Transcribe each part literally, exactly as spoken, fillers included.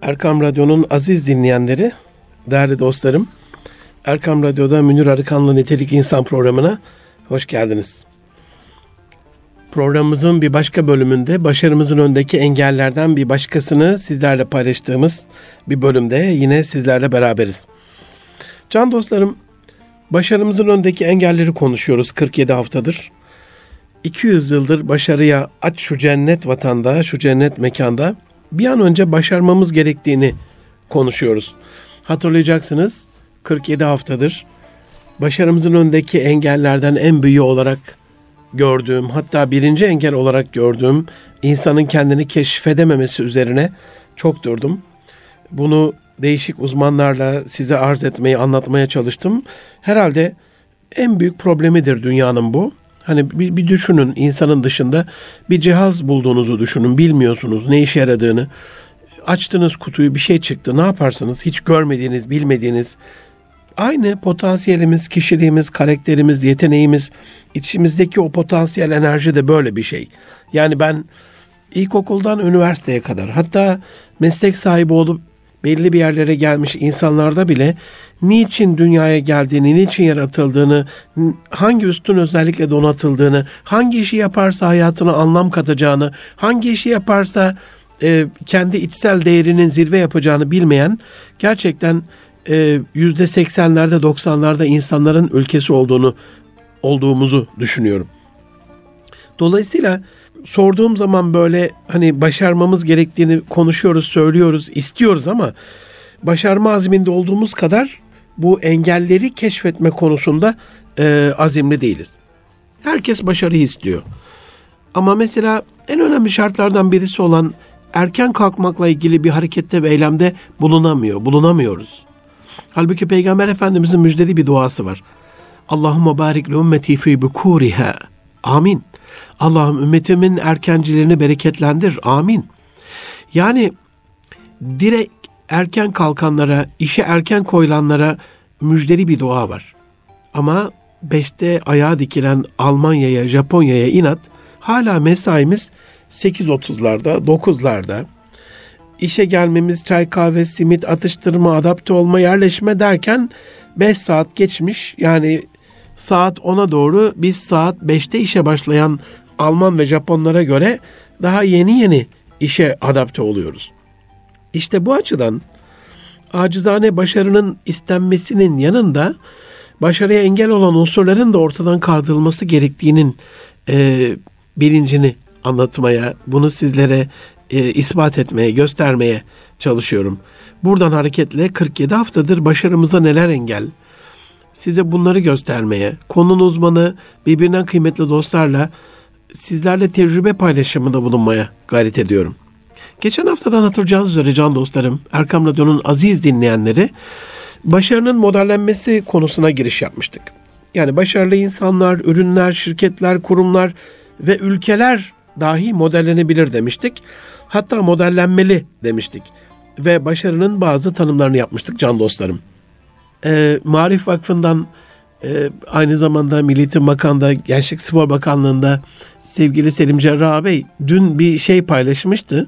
Erkam Radyo'nun aziz dinleyenleri, değerli dostlarım, Erkam Radyo'da Münir Arıkan'la Nitelikli İnsan programına hoş geldiniz. Programımızın bir başka bölümünde başarımızın önündeki engellerden bir başkasını sizlerle paylaştığımız bir bölümde yine sizlerle beraberiz. Can dostlarım, başarımızın önündeki engelleri konuşuyoruz kırk yedi haftadır. iki yüz yıldır başarıya aç şu cennet vatanda, şu cennet mekanda bir an önce başarmamız gerektiğini konuşuyoruz. Hatırlayacaksınız, kırk yedi haftadır başarımızın önündeki engellerden en büyüğü olarak gördüğüm, hatta birinci engel olarak gördüğüm insanın kendini keşfedememesi üzerine çok durdum. Bunu değişik uzmanlarla size arz etmeyi, anlatmaya çalıştım. Herhalde en büyük problemidir dünyanın bu. Hani bir, bir düşünün, insanın dışında bir cihaz bulduğunuzu düşünün, bilmiyorsunuz ne işe yaradığını. Açtınız kutuyu, bir şey çıktı, ne yaparsınız? Hiç görmediğiniz, bilmediğiniz. Aynı potansiyelimiz, kişiliğimiz, karakterimiz, yeteneğimiz, içimizdeki o potansiyel enerji de böyle bir şey. Yani ben ilkokuldan üniversiteye kadar, hatta meslek sahibi olup belli bir yerlere gelmiş insanlarda bile niçin dünyaya geldiğini, niçin yaratıldığını, hangi üstün özellikle donatıldığını, hangi işi yaparsa hayatına anlam katacağını, hangi işi yaparsa e, kendi içsel değerinin zirve yapacağını bilmeyen, gerçekten e, yüzde seksenlerde doksanlarda insanların ülkesi olduğunu olduğumuzu düşünüyorum. Dolayısıyla sorduğum zaman böyle hani başarmamız gerektiğini konuşuyoruz, söylüyoruz, istiyoruz ama başarma azminde olduğumuz kadar bu engelleri keşfetme konusunda e, azimli değiliz. Herkes başarıyı istiyor. Ama mesela en önemli şartlardan birisi olan erken kalkmakla ilgili bir harekette ve eylemde bulunamıyor, bulunamıyoruz. Halbuki Peygamber Efendimizin müjdeli bir duası var. Allahümme barik li ümmeti fî bukûriha. Amin. Allah'ım ümmetimin erkencilerini bereketlendir. Amin. Yani direkt erken kalkanlara, işe erken koyulanlara müjdeli bir dua var. Ama beşte ayağa dikilen Almanya'ya, Japonya'ya inat, hala mesaimiz sekiz otuzlarda, dokuzlarda. İşe gelmemiz, çay, kahve, simit, atıştırma, adapte olma, yerleşme derken beş saat geçmiş. Yani saat ona doğru biz saat beşte işe başlayan Alman ve Japonlara göre daha yeni yeni işe adapte oluyoruz. İşte bu açıdan acizane başarının istenmesinin yanında başarıya engel olan unsurların da ortadan kaldırılması gerektiğinin e, bilincini anlatmaya, bunu sizlere e, ispat etmeye, göstermeye çalışıyorum. Buradan hareketle kırk yedi haftadır başarımıza neler engel? Size bunları göstermeye, konunun uzmanı, birbirinden kıymetli dostlarla sizlerle tecrübe paylaşımında bulunmaya gayret ediyorum. Geçen haftadan hatırlayacağınız üzere can dostlarım, Erkam Radyo'nun aziz dinleyenleri, başarının modellenmesi konusuna giriş yapmıştık. Yani başarılı insanlar, ürünler, şirketler, kurumlar ve ülkeler dahi modellenebilir demiştik. Hatta modellenmeli demiştik. Ve başarının bazı tanımlarını yapmıştık can dostlarım. E, Maarif Vakfı'ndan e, aynı zamanda Milli Eğitim Bakanlığı'nda, Gençlik Spor Bakanlığı'nda sevgili Selim Cerrah Bey dün bir şey paylaşmıştı.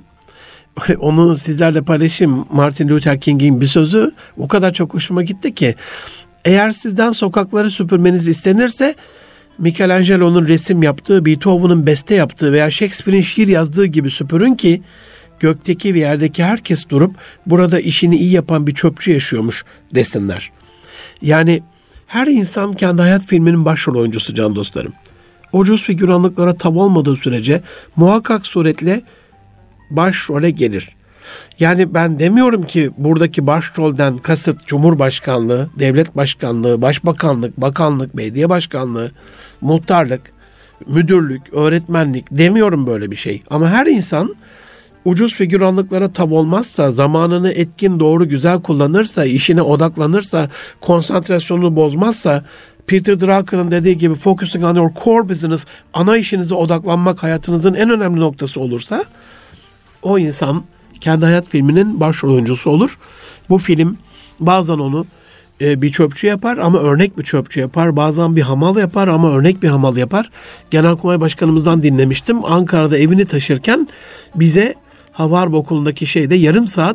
Onu sizlerle paylaşayım. Martin Luther King'in bir sözü o kadar çok hoşuma gitti ki, eğer sizden sokakları süpürmeniz istenirse Michelangelo'nun resim yaptığı, Beethoven'ın beste yaptığı veya Shakespeare'in şiir yazdığı gibi süpürün ki gökteki ve yerdeki herkes durup burada işini iyi yapan bir çöpçü yaşıyormuş desinler. Yani her insan kendi hayat filminin başrol oyuncusu can dostlarım. Ucuz figüranlıklara tav olmadığı sürece muhakkak suretle başrole gelir. Yani ben demiyorum ki buradaki başrolden kasıt Cumhurbaşkanlığı, devlet başkanlığı, başbakanlık, bakanlık, belediye başkanlığı, muhtarlık, müdürlük, öğretmenlik demiyorum böyle bir şey. Ama her insan ucuz figüranlıklara tav olmazsa, zamanını etkin, doğru, güzel kullanırsa, işine odaklanırsa, konsantrasyonunu bozmazsa, Peter Drucker'ın dediği gibi focusing on your core business, ana işinize odaklanmak hayatınızın en önemli noktası olursa, o insan kendi hayat filminin başrol oyuncusu olur. Bu film bazen onu e, bir çöpçü yapar ama örnek bir çöpçü yapar. Bazen bir hamal yapar ama örnek bir hamal yapar. Genelkurmay Başkanımızdan dinlemiştim. Ankara'da evini taşırken bize Havarba Okulu'ndaki şeyde yarım saat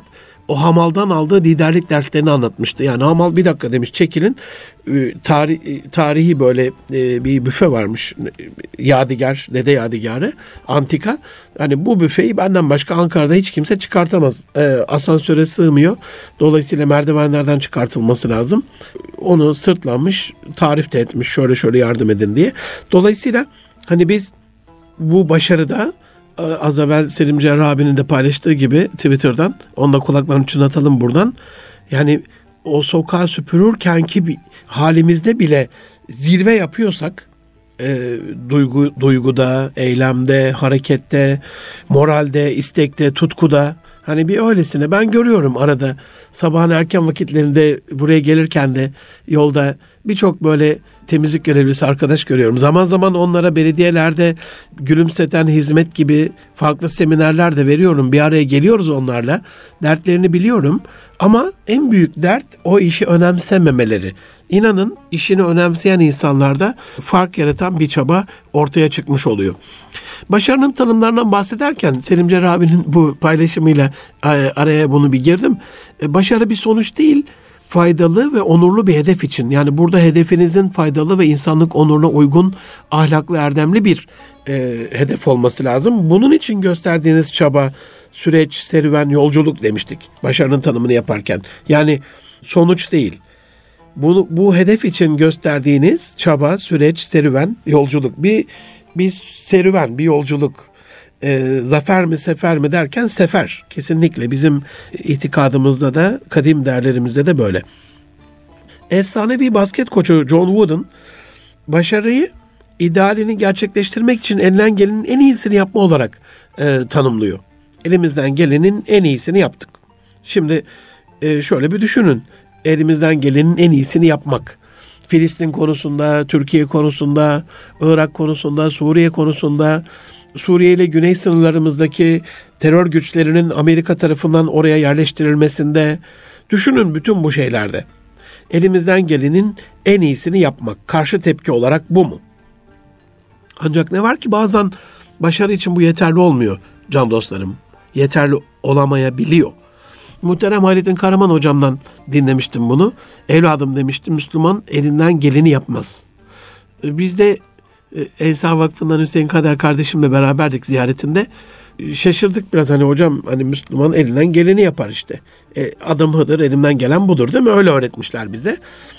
o hamaldan aldığı liderlik derslerini anlatmıştı. Yani hamal bir dakika demiş, çekilin. Tarih, tarihi böyle bir büfe varmış. Yadigar, dede yadigarı, antika. Hani bu büfeyi benden başka Ankara'da hiç kimse çıkartamaz. Asansöre sığmıyor. Dolayısıyla merdivenlerden çıkartılması lazım. Onu sırtlanmış, tarif de etmiş, şöyle şöyle yardım edin diye. Dolayısıyla hani biz bu başarıda, az evvel Selim Cerrah abinin de paylaştığı gibi Twitter'dan, onu da kulaklarını çınlatalım buradan. Yani o sokağı süpürürkenki bir halimizde bile zirve yapıyorsak, e, duygu, duyguda, eylemde, harekette, moralde, istekte, tutkuda, hani bir öylesine ben görüyorum arada sabahın erken vakitlerinde buraya gelirken de yolda birçok böyle temizlik görevlisi arkadaş görüyorum. Zaman zaman onlara belediyelerde gülümseten hizmet gibi farklı seminerler de veriyorum. Bir araya geliyoruz onlarla. Dertlerini biliyorum. Ama en büyük dert o işi önemsememeleri. İnanın işini önemseyen insanlarda fark yaratan bir çaba ortaya çıkmış oluyor. Başarının tanımlarından bahsederken Selim Cerrah abinin bu paylaşımıyla araya bunu bir girdim. Başarı bir sonuç değil, faydalı ve onurlu bir hedef için. Yani burada hedefinizin faydalı ve insanlık onuruna uygun, ahlaklı, erdemli bir e, hedef olması lazım. Bunun için gösterdiğiniz çaba, süreç, serüven, yolculuk demiştik başarının tanımını yaparken. Yani sonuç değil. Bu, bu hedef için gösterdiğiniz çaba, süreç, serüven, yolculuk. Bir, bir serüven, bir yolculuk. E, zafer mi sefer mi derken sefer. Kesinlikle bizim itikadımızda da, kadim değerlerimizde de böyle. Efsanevi basket koçu John Wooden başarıyı idealini gerçekleştirmek için elinden gelenin en iyisini yapma olarak e, tanımlıyor. Elimizden gelenin en iyisini yaptık. Şimdi e, şöyle bir düşünün. Elimizden gelenin en iyisini yapmak. Filistin konusunda, Türkiye konusunda, Irak konusunda, Suriye konusunda, Suriye ile güney sınırlarımızdaki terör güçlerinin Amerika tarafından oraya yerleştirilmesinde, düşünün bütün bu şeylerde. Elimizden gelenin en iyisini yapmak. Karşı tepki olarak bu mu? Ancak ne var ki bazen başarı için bu yeterli olmuyor can dostlarım. Yeterli olamayabiliyor. Muhterem Hayrettin Karaman hocamdan dinlemiştim bunu. Evladım demişti, Müslüman elinden geleni yapmaz. Biz de Ensar Vakfı'ndan Hüseyin Kader kardeşimle beraberdik ziyaretinde. Şaşırdık biraz, hani hocam hani Müslüman elinden geleni yapar işte. E, adım Hıdır, elimden gelen budur değil mi? Öyle öğretmişler bize.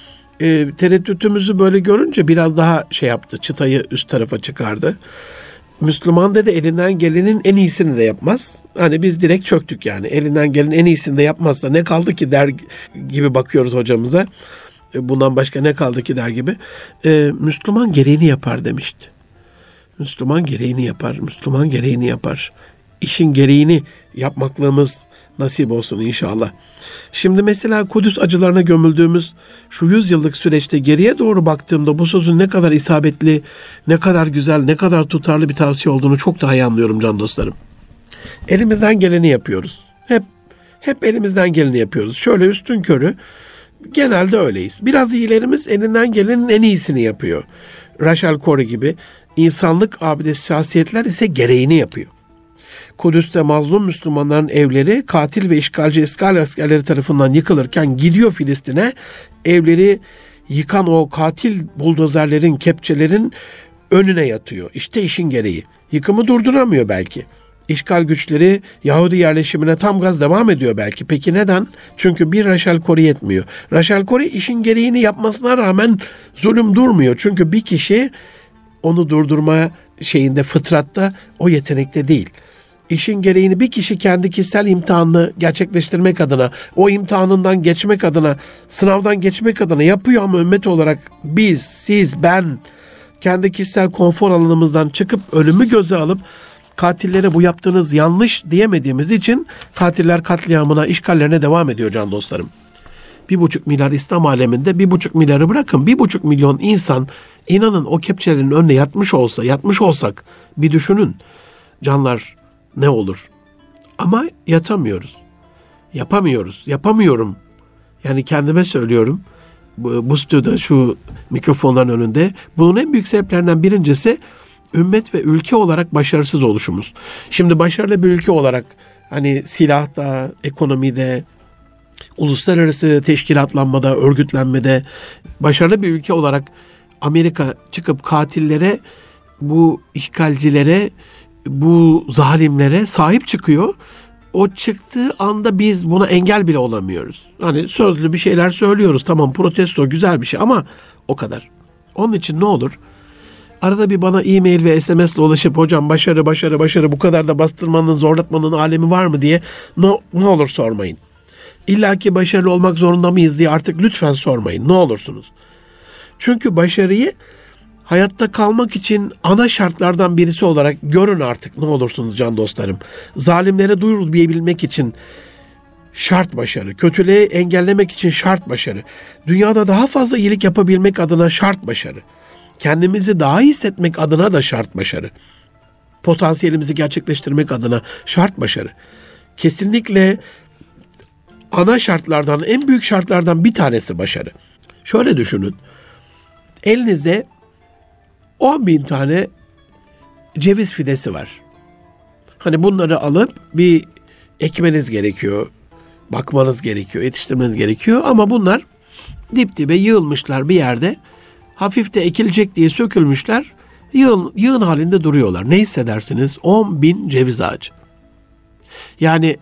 E, tereddütümüzü böyle görünce biraz daha şey yaptı, çıtayı üst tarafa çıkardı. Müslüman dedi elinden gelenin en iyisini de yapmaz. Hani biz direkt çöktük yani. Elinden gelenin en iyisini de yapmazsa ne kaldı ki der gibi bakıyoruz hocamıza. Bundan başka ne kaldı ki der gibi. Ee, Müslüman gereğini yapar demişti. Müslüman gereğini yapar. Müslüman gereğini yapar. İşin gereğini yapmaklığımız nasip olsun inşallah. Şimdi mesela Kudüs acılarına gömüldüğümüz şu yüz yıllık süreçte geriye doğru baktığımda bu sözün ne kadar isabetli, ne kadar güzel, ne kadar tutarlı bir tavsiye olduğunu çok daha iyi anlıyorum can dostlarım. Elimizden geleni yapıyoruz. Hep hep elimizden geleni yapıyoruz. Şöyle üstünkörü genelde öyleyiz. Biraz iyilerimiz elinden gelenin en iyisini yapıyor. Rachel Corrie gibi insanlık abidesi şahsiyetler ise gereğini yapıyor. Kudüs'te mazlum Müslümanların evleri katil ve işgalci işgal askerleri tarafından yıkılırken gidiyor Filistin'e, evleri yıkan o katil buldozerlerin, kepçelerin önüne yatıyor. İşte işin gereği. Yıkımı durduramıyor belki. İşgal güçleri Yahudi yerleşimine tam gaz devam ediyor belki. Peki neden? Çünkü bir Rachel Corrie yetmiyor. Rachel Corrie işin gereğini yapmasına rağmen zulüm durmuyor. Çünkü bir kişi onu durdurma şeyinde, fıtratta o yetenekte değil. İşin gereğini bir kişi kendi kişisel imtihanını gerçekleştirmek adına, o imtihanından geçmek adına, sınavdan geçmek adına yapıyor ama ümmet olarak biz, siz, ben kendi kişisel konfor alanımızdan çıkıp ölümü göze alıp katillere bu yaptığınız yanlış diyemediğimiz için katiller katliamına, işgallerine devam ediyor can dostlarım. Bir buçuk milyar İslam aleminde bir buçuk milyarı bırakın, bir buçuk milyon insan inanın o kepçelerin önüne yatmış olsa, yatmış olsak bir düşünün canlar ne olur. Ama yatamıyoruz. Yapamıyoruz. Yapamıyorum. Yani kendime söylüyorum. Bu, bu stüdyoda şu mikrofonların önünde. Bunun en büyük sebeplerinden birincisi ümmet ve ülke olarak başarısız oluşumuz. Şimdi başarılı bir ülke olarak hani silahta, ekonomide, uluslararası teşkilatlanmada, örgütlenmede başarılı bir ülke olarak Amerika çıkıp katillere, bu işgalcilere, bu zalimlere sahip çıkıyor. O çıktığı anda biz buna engel bile olamıyoruz. Hani sözlü bir şeyler söylüyoruz. Tamam, protesto güzel bir şey ama o kadar. Onun için ne olur? Arada bir bana e-mail ve S M S'le ulaşıp hocam başarı başarı başarı bu kadar da bastırmanın, zorlatmanın alemi var mı diye ne, ne olur sormayın. İlla ki başarılı olmak zorunda mıyız diye artık lütfen sormayın. Ne olursunuz. Çünkü başarıyı hayatta kalmak için ana şartlardan birisi olarak görün artık, ne olursunuz can dostlarım. Zalimlere duyuru diyebilmek için şart başarı, kötülüğü engellemek için şart başarı, dünyada daha fazla iyilik yapabilmek adına şart başarı, kendimizi daha iyi hissetmek adına da şart başarı, potansiyelimizi gerçekleştirmek adına şart başarı. Kesinlikle ana şartlardan, en büyük şartlardan bir tanesi başarı. Şöyle düşünün, elinizde on bin tane ceviz fidesi var. Hani bunları alıp bir ekmeniz gerekiyor, bakmanız gerekiyor, yetiştirmeniz gerekiyor ama bunlar dip dibe yığılmışlar bir yerde. Hafif de ekilecek diye sökülmüşler, yığın, yığın halinde duruyorlar. Ne hissedersiniz? on bin ceviz ağacı. Yani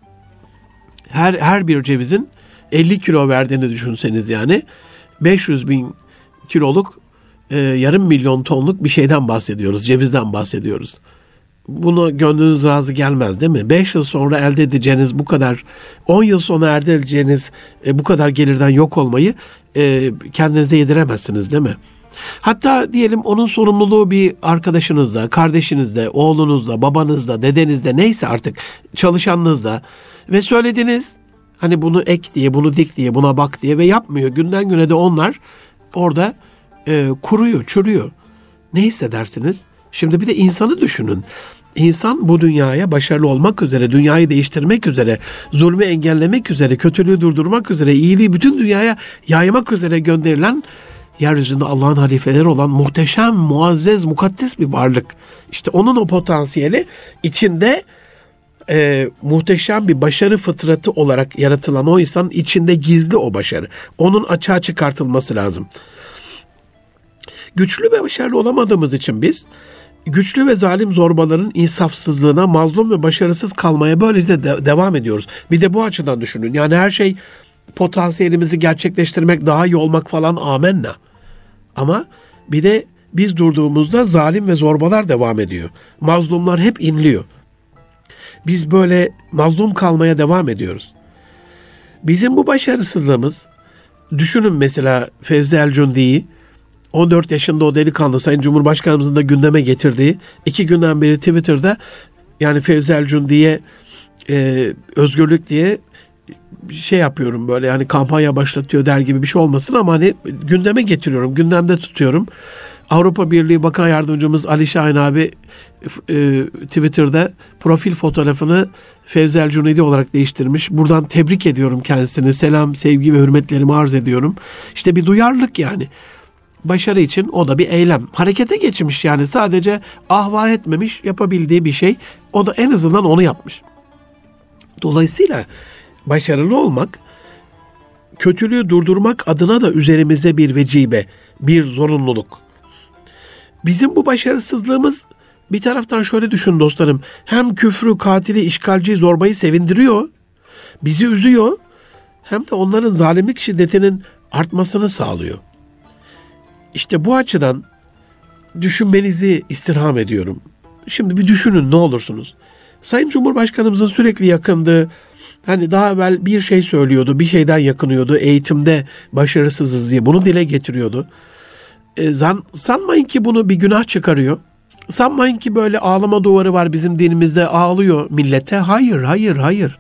her her bir cevizin elli kilo verdiğini düşünseniz, yani beş yüz bin kiloluk, e, yarım milyon tonluk bir şeyden bahsediyoruz, cevizden bahsediyoruz. Bunu gönlünüz razı gelmez değil mi? beş yıl sonra elde edeceğiniz bu kadar, on yıl sonra elde edeceğiniz e, bu kadar gelirden yok olmayı e, kendinize yediremezsiniz değil mi? Hatta diyelim onun sorumluluğu bir arkadaşınızda, kardeşinizde, oğlunuzda, babanızda, dedenizde, neyse artık çalışanınızda ve söylediniz hani bunu ek diye, bunu dik diye, buna bak diye ve yapmıyor. Günden güne de onlar orada e, kuruyor, çürüyor. Ne hissedersiniz? Şimdi bir de insanı düşünün. İnsan bu dünyaya başarılı olmak üzere, dünyayı değiştirmek üzere, zulmü engellemek üzere, kötülüğü durdurmak üzere, iyiliği bütün dünyaya yaymak üzere gönderilen, yeryüzünde Allah'ın halifeleri olan muhteşem, muazzez, mukaddes bir varlık. İşte onun o potansiyeli içinde e, muhteşem bir başarı fıtratı olarak yaratılan o insanın içinde gizli o başarı. Onun açığa çıkartılması lazım. Güçlü ve başarılı olamadığımız için biz güçlü ve zalim zorbaların insafsızlığına, mazlum ve başarısız kalmaya böylece de devam ediyoruz. Bir de bu açıdan düşünün. Yani her şey potansiyelimizi gerçekleştirmek, daha iyi olmak falan, amenna. Ama bir de biz durduğumuzda zalim ve zorbalar devam ediyor. Mazlumlar hep inliyor. Biz böyle mazlum kalmaya devam ediyoruz. Bizim bu başarısızlığımız, düşünün mesela Fevzi El-Cundi'yi, on dört yaşında o delikanlı Sayın Cumhurbaşkanımızın da gündeme getirdiği, iki günden beri Twitter'da yani Fevzi El-Cundi'ye e, özgürlük diye şey yapıyorum, böyle yani kampanya başlatıyor der gibi bir şey olmasın ama hani gündeme getiriyorum, gündemde tutuyorum. Avrupa Birliği Bakan Yardımcımız Ali Şahin abi e, Twitter'da profil fotoğrafını Fevzi El-Cuneydi olarak değiştirmiş. Buradan tebrik ediyorum kendisini. Selam, sevgi ve hürmetlerimi arz ediyorum. İşte bir duyarlılık yani. Başarı için o da bir eylem. Harekete geçmiş yani, sadece ahva etmemiş, yapabildiği bir şey. O da en azından onu yapmış. Dolayısıyla başarılı olmak, kötülüğü durdurmak adına da üzerimize bir vecibe, bir zorunluluk. Bizim bu başarısızlığımız bir taraftan şöyle düşün dostlarım, hem küfrü, katili, işgalciyi, zorbayı sevindiriyor, bizi üzüyor, hem de onların zalimlik şiddetinin artmasını sağlıyor. İşte bu açıdan düşünmenizi istirham ediyorum. Şimdi bir düşünün ne olursunuz. Sayın Cumhurbaşkanımızın sürekli yakındığı, hani daha evvel bir şey söylüyordu, bir şeyden yakınıyordu, eğitimde başarısızız diye bunu dile getiriyordu. E, zan, sanmayın ki bunu bir günah çıkarıyor. Sanmayın ki böyle ağlama duvarı var bizim dinimizde, ağlıyor millete. Hayır, hayır, hayır.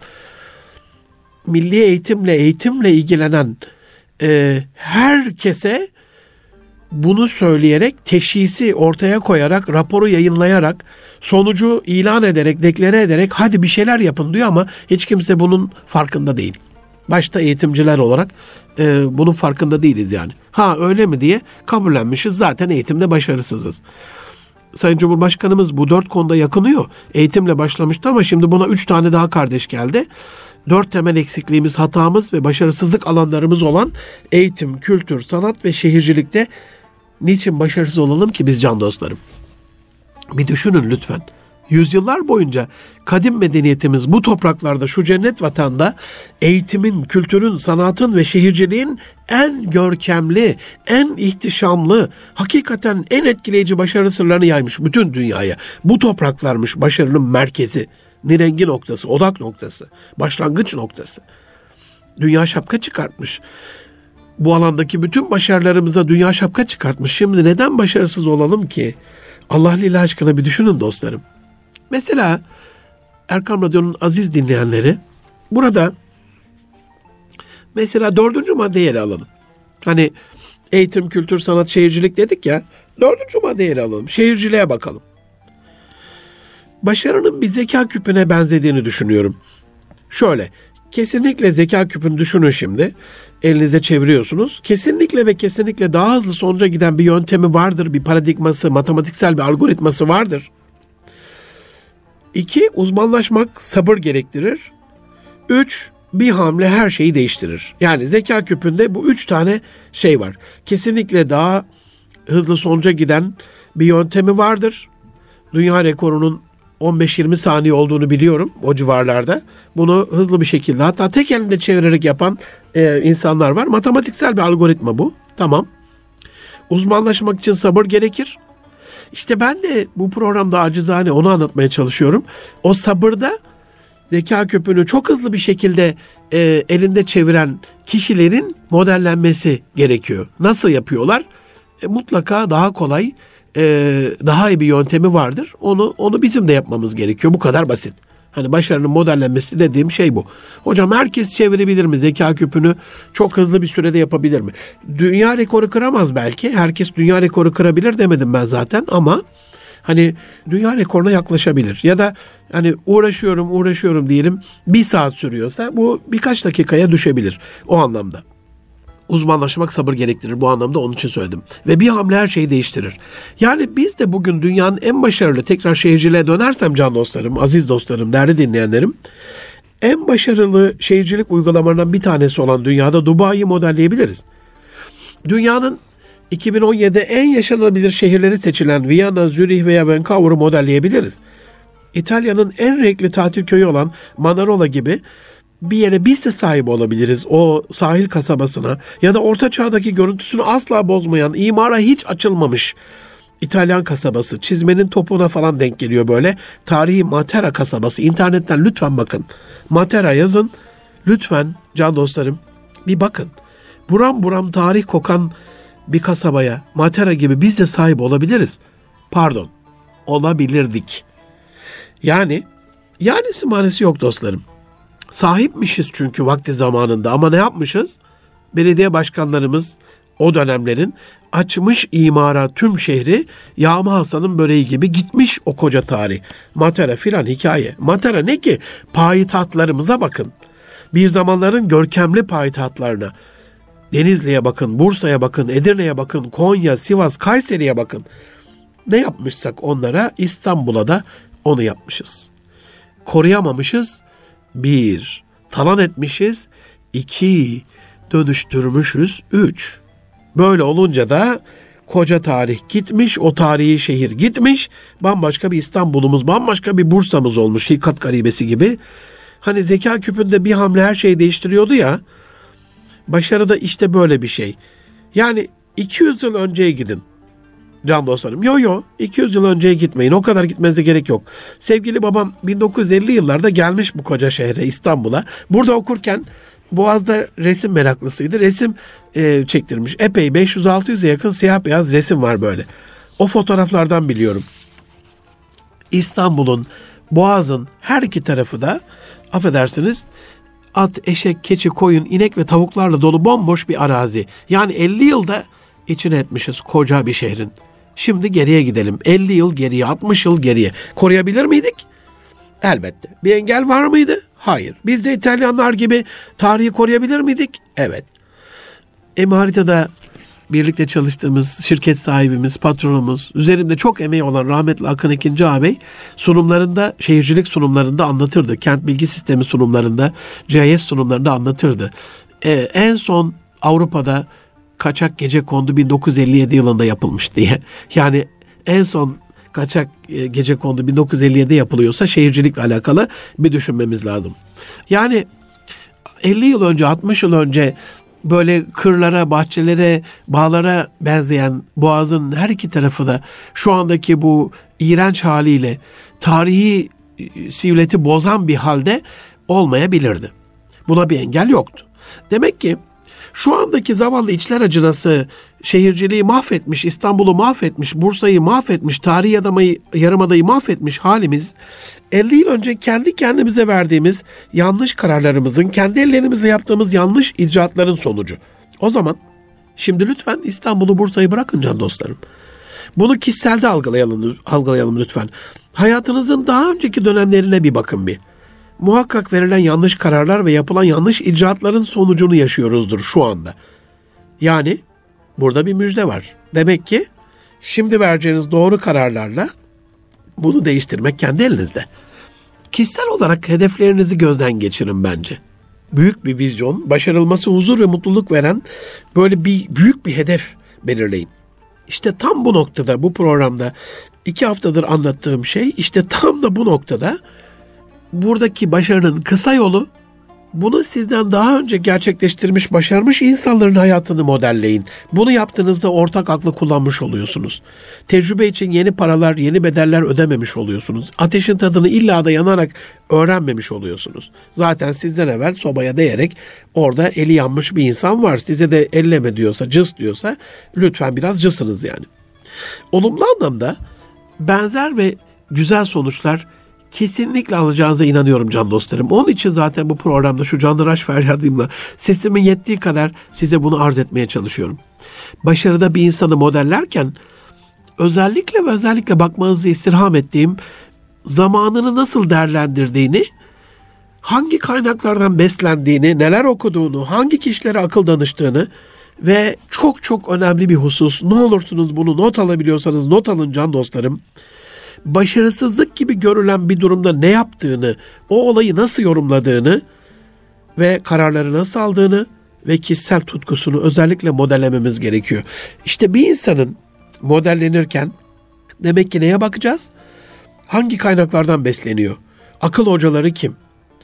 Milli eğitimle, eğitimle ilgilenen e, herkese bunu söyleyerek, teşhisi ortaya koyarak, raporu yayınlayarak, sonucu ilan ederek, deklare ederek hadi bir şeyler yapın diyor ama hiç kimse bunun farkında değil. Başta eğitimciler olarak e, bunun farkında değiliz yani. Ha öyle mi diye kabullenmişiz, zaten eğitimde başarısızız. Sayın Cumhurbaşkanımız bu dört konuda yakınıyor. Eğitimle başlamıştı ama şimdi buna üç tane daha kardeş geldi. dört temel eksikliğimiz, hatamız ve başarısızlık alanlarımız olan eğitim, kültür, sanat ve şehircilikte niçin başarısız olalım ki biz can dostlarım? Bir düşünün lütfen. Yüzyıllar boyunca kadim medeniyetimiz bu topraklarda, şu cennet vatanda eğitimin, kültürün, sanatın ve şehirciliğin en görkemli, en ihtişamlı, hakikaten en etkileyici başarı sırlarını yaymış bütün dünyaya. Bu topraklarmış başarının merkezi, nirengi noktası, odak noktası, başlangıç noktası. Dünya şapka çıkartmış. Bu alandaki bütün başarılarımıza dünya şapka çıkartmış. Şimdi neden başarısız olalım ki? Allah lillah aşkına bir düşünün dostlarım. Mesela Erkam Radyo'nun aziz dinleyenleri, burada mesela dördüncü maddeyi ele alalım. Hani eğitim, kültür, sanat, şehircilik dedik ya, dördüncü maddeyi ele alalım. Şehirciliğe bakalım. Başarının bir zeka küpüne benzediğini düşünüyorum. Şöyle, kesinlikle zeka küpünü düşünün şimdi. Elinize çeviriyorsunuz. Kesinlikle ve kesinlikle daha hızlı sonuca giden bir yöntemi vardır. Bir paradigması, matematiksel bir algoritması vardır. İki, uzmanlaşmak sabır gerektirir. Üç, bir hamle her şeyi değiştirir. Yani zeka küpünde bu üç tane şey var. Kesinlikle daha hızlı sonuca giden bir yöntemi vardır. Dünya rekorunun on beş yirmi saniye olduğunu biliyorum o civarlarda. Bunu hızlı bir şekilde, hatta tek elinde çevirerek yapan e, insanlar var. Matematiksel bir algoritma bu. Tamam. Uzmanlaşmak için sabır gerekir. İşte ben de bu programda acizane onu anlatmaya çalışıyorum. O sabırda zeka küpünü çok hızlı bir şekilde e, elinde çeviren kişilerin modellenmesi gerekiyor. Nasıl yapıyorlar? E, mutlaka daha kolay, e, daha iyi bir yöntemi vardır. Onu onu bizim de yapmamız gerekiyor. Bu kadar basit. Hani başarının modellenmesi dediğim şey bu. Hocam herkes çevirebilir mi? Zeka küpünü çok hızlı bir sürede yapabilir mi? Dünya rekoru kıramaz belki. Herkes dünya rekoru kırabilir demedim ben zaten ama hani dünya rekoruna yaklaşabilir. Ya da hani uğraşıyorum uğraşıyorum diyelim bir saat sürüyorsa bu birkaç dakikaya düşebilir o anlamda. Uzmanlaşmak sabır gerektirir bu anlamda, onun için söyledim. Ve bir hamle her şeyi değiştirir. Yani biz de bugün dünyanın en başarılı, tekrar şehirciliğe dönersem can dostlarım, aziz dostlarım, değerli dinleyenlerim, en başarılı şehircilik uygulamalarından bir tanesi olan dünyada Dubai'yi modelleyebiliriz. Dünyanın iki bin on yedide en yaşanabilir şehirleri seçilen Viyana, Zürih veya Vancouver'ı modelleyebiliriz. İtalya'nın en renkli tatil köyü olan Manarola gibi bir yere biz de sahip olabiliriz, o sahil kasabasına ya da orta çağdaki görüntüsünü asla bozmayan, imara hiç açılmamış İtalyan kasabası, çizmenin topuğuna falan denk geliyor böyle. Tarihi Matera kasabası. İnternetten lütfen bakın. Matera yazın. Lütfen can dostlarım bir bakın. Buram buram tarih kokan bir kasabaya, Matera gibi biz de sahip olabiliriz. Pardon, olabilirdik. Yani, yanisi manisi yok dostlarım. Sahipmişiz çünkü vakti zamanında, ama ne yapmışız? Belediye başkanlarımız o dönemlerin açmış imara tüm şehri, Yağma Hasan'ın böreği gibi gitmiş o koca tarih. Matera filan hikaye. Matera ne ki? Payitahtlarımıza bakın. Bir zamanların görkemli payitahtlarına. Denizli'ye bakın, Bursa'ya bakın, Edirne'ye bakın, Konya, Sivas, Kayseri'ye bakın. Ne yapmışsak onlara, İstanbul'a da onu yapmışız. Koruyamamışız. Bir, talan etmişiz. İki, dönüştürmüşüz. Üç, böyle olunca da koca tarih gitmiş, o tarihi şehir gitmiş, bambaşka bir İstanbul'umuz, bambaşka bir Bursa'mız olmuş, Hilkat Garibesi gibi. Hani zeka küpünde bir hamle her şeyi değiştiriyordu ya, başarı da işte böyle bir şey. Yani iki yüz yıl önceye gidin can dostlarım. Yo yo iki yüz yıl önceye gitmeyin. O kadar gitmenize gerek yok. Sevgili babam bin dokuz yüz elli yıllarda gelmiş bu koca şehre, İstanbul'a. Burada okurken Boğaz'da resim meraklısıydı. Resim e, çektirmiş. Epey beş yüz altı yüze yakın siyah beyaz resim var böyle. O fotoğraflardan biliyorum. İstanbul'un, Boğaz'ın her iki tarafı da affedersiniz at, eşek, keçi, koyun, inek ve tavuklarla dolu bomboş bir arazi. Yani elli yılda içine etmişiz koca bir şehrin. Şimdi geriye gidelim. elli yıl geriye, altmış yıl geriye. Koruyabilir miydik? Elbette. Bir engel var mıydı? Hayır. Biz de İtalyanlar gibi tarihi koruyabilir miydik? Evet. Em haritada birlikte çalıştığımız şirket sahibimiz, patronumuz, üzerimde çok emeği olan rahmetli Akın Ekinci ağabey sunumlarında, şehircilik sunumlarında anlatırdı. Kent bilgi sistemi sunumlarında, G I S sunumlarında anlatırdı. Ee, en son Avrupa'da kaçak gecekondu bin dokuz yüz elli yedi yılında yapılmış diye. Yani en son kaçak gecekondu bin dokuz yüz elli yedide yapılıyorsa şehircilikle alakalı bir düşünmemiz lazım. Yani elli yıl önce, altmış yıl önce böyle kırlara, bahçelere, bağlara benzeyen Boğaz'ın her iki tarafı da şu andaki bu iğrenç haliyle tarihi silüeti bozan bir halde olmayabilirdi. Buna bir engel yoktu. Demek ki şu andaki zavallı içler acınası şehirciliği mahvetmiş, İstanbul'u mahvetmiş, Bursa'yı mahvetmiş, tarihi adamayı, yarımadayı mahvetmiş halimiz elli yıl önce kendi kendimize verdiğimiz yanlış kararlarımızın, kendi ellerimizle yaptığımız yanlış icraatların sonucu. O zaman şimdi lütfen İstanbul'u, Bursa'yı bırakın can dostlarım. Bunu kişiselde algılayalım, algılayalım lütfen. Hayatınızın daha önceki dönemlerine bir bakın bir. Muhakkak verilen yanlış kararlar ve yapılan yanlış icraatların sonucunu yaşıyoruzdur şu anda. Yani burada bir müjde var. Demek ki şimdi vereceğiniz doğru kararlarla bunu değiştirmek kendi elinizde. Kişisel olarak hedeflerinizi gözden geçirin bence. Büyük bir vizyon, başarılması huzur ve mutluluk veren böyle bir büyük bir hedef belirleyin. İşte tam bu noktada, bu programda iki haftadır anlattığım şey, işte tam da bu noktada buradaki başarının kısa yolu, bunu sizden daha önce gerçekleştirmiş, başarmış insanların hayatını modelleyin. Bunu yaptığınızda ortak aklı kullanmış oluyorsunuz. Tecrübe için yeni paralar, yeni bedeller ödememiş oluyorsunuz. Ateşin tadını illa da yanarak öğrenmemiş oluyorsunuz. Zaten sizden evvel sobaya değerek orada eli yanmış bir insan var. Size de elleme diyorsa, cıs diyorsa lütfen biraz cısınız yani. Olumlu anlamda benzer ve güzel sonuçlar kesinlikle alacağınıza inanıyorum can dostlarım. Onun için zaten bu programda şu canlıraş feryadımla sesimin yettiği kadar size bunu arz etmeye çalışıyorum. Başarıda bir insanı modellerken özellikle ve özellikle bakmanızı istirham ettiğim zamanını nasıl değerlendirdiğini, hangi kaynaklardan beslendiğini, neler okuduğunu, hangi kişilere akıl danıştığını ve çok çok önemli bir husus, ne olursunuz bunu not alabiliyorsanız not alın can dostlarım. Başarısızlık gibi görülen bir durumda ne yaptığını, o olayı nasıl yorumladığını ve kararları nasıl aldığını ve kişisel tutkusunu özellikle modellememiz gerekiyor. İşte bir insanın modellenirken demek ki neye bakacağız? Hangi kaynaklardan besleniyor? Akıl hocaları kim?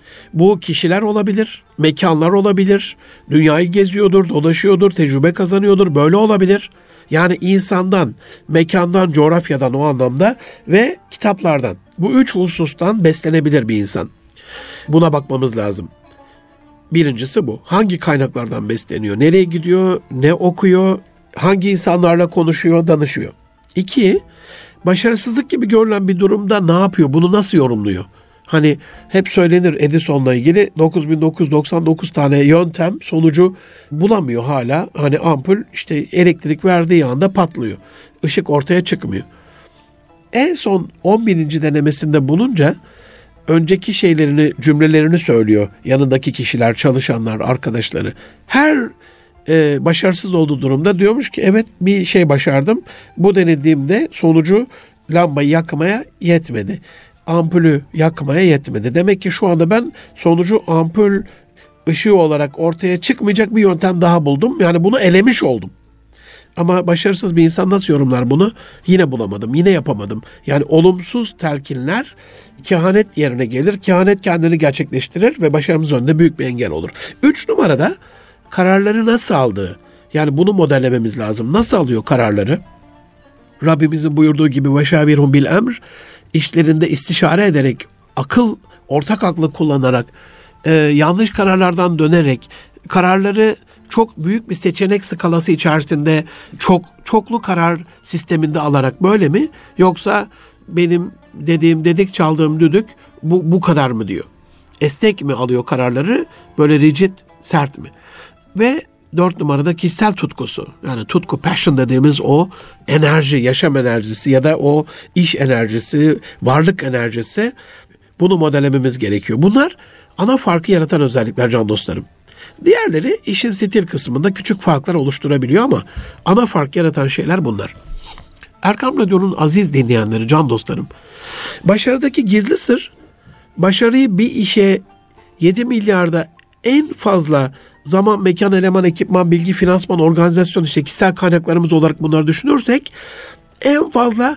Bu kişiler olabilir, mekanlar olabilir, dünyayı geziyordur, dolaşıyordur, tecrübe kazanıyordur, böyle olabilir. Yani insandan, mekandan, coğrafyadan o anlamda ve kitaplardan. Bu üç husustan beslenebilir bir insan. Buna bakmamız lazım. Birincisi bu. Hangi kaynaklardan besleniyor? Nereye gidiyor? Ne okuyor? Hangi insanlarla konuşuyor, danışıyor? İki, başarısızlık gibi görülen bir durumda ne yapıyor? Bunu nasıl yorumluyor? Hani hep söylenir Edison'la ilgili dokuz bin dokuz yüz doksan dokuz tane yöntem sonucu bulamıyor hala. Hani ampul işte elektrik verdiği anda patlıyor. Işık ortaya çıkmıyor. En son on bininci denemesinde bulunca önceki şeylerini, cümlelerini söylüyor. Yanındaki kişiler, çalışanlar, arkadaşları. Her e, başarısız olduğu durumda diyormuş ki evet bir şey başardım. Bu denediğimde sonucu lambayı yakmaya yetmedi. Ampulü yakmaya yetmedi. Demek ki şu anda ben sonucu ampul ışığı olarak ortaya çıkmayacak bir yöntem daha buldum. Yani bunu elemiş oldum. Ama başarısız bir insan nasıl yorumlar bunu? Yine bulamadım, yine yapamadım. Yani olumsuz telkinler kehanet yerine gelir. Kehanet kendini gerçekleştirir ve başarımız önünde büyük bir engel olur. Üç numarada kararları nasıl aldığı. Yani bunu modellememiz lazım. Nasıl alıyor kararları? Rabbimizin buyurduğu gibi وَشَاوِرْهُمْ بِالْاَمْرِ işlerinde istişare ederek, akıl, ortak aklı kullanarak, e, yanlış kararlardan dönerek, kararları çok büyük bir seçenek skalası içerisinde, çok çoklu karar sisteminde alarak böyle mi? Yoksa benim dediğim, dedik çaldığım düdük bu, bu kadar mı diyor? Esnek mi alıyor kararları? Böyle rigid, sert mi? Ve dört numarada kişisel tutkusu. Yani tutku, passion dediğimiz o enerji, yaşam enerjisi ya da o iş enerjisi, varlık enerjisi. Bunu modellememiz gerekiyor. Bunlar ana farkı yaratan özellikler can dostlarım. Diğerleri işin stil kısmında küçük farklar oluşturabiliyor ama ana fark yaratan şeyler bunlar. Erkam Radyo'nun aziz dinleyenleri, can dostlarım, başarıdaki gizli sır, başarıyı bir işe yedi milyarda en fazla zaman, mekan, eleman, ekipman, bilgi, finansman, organizasyon, işte kişisel kaynaklarımız olarak bunları düşünürsek en fazla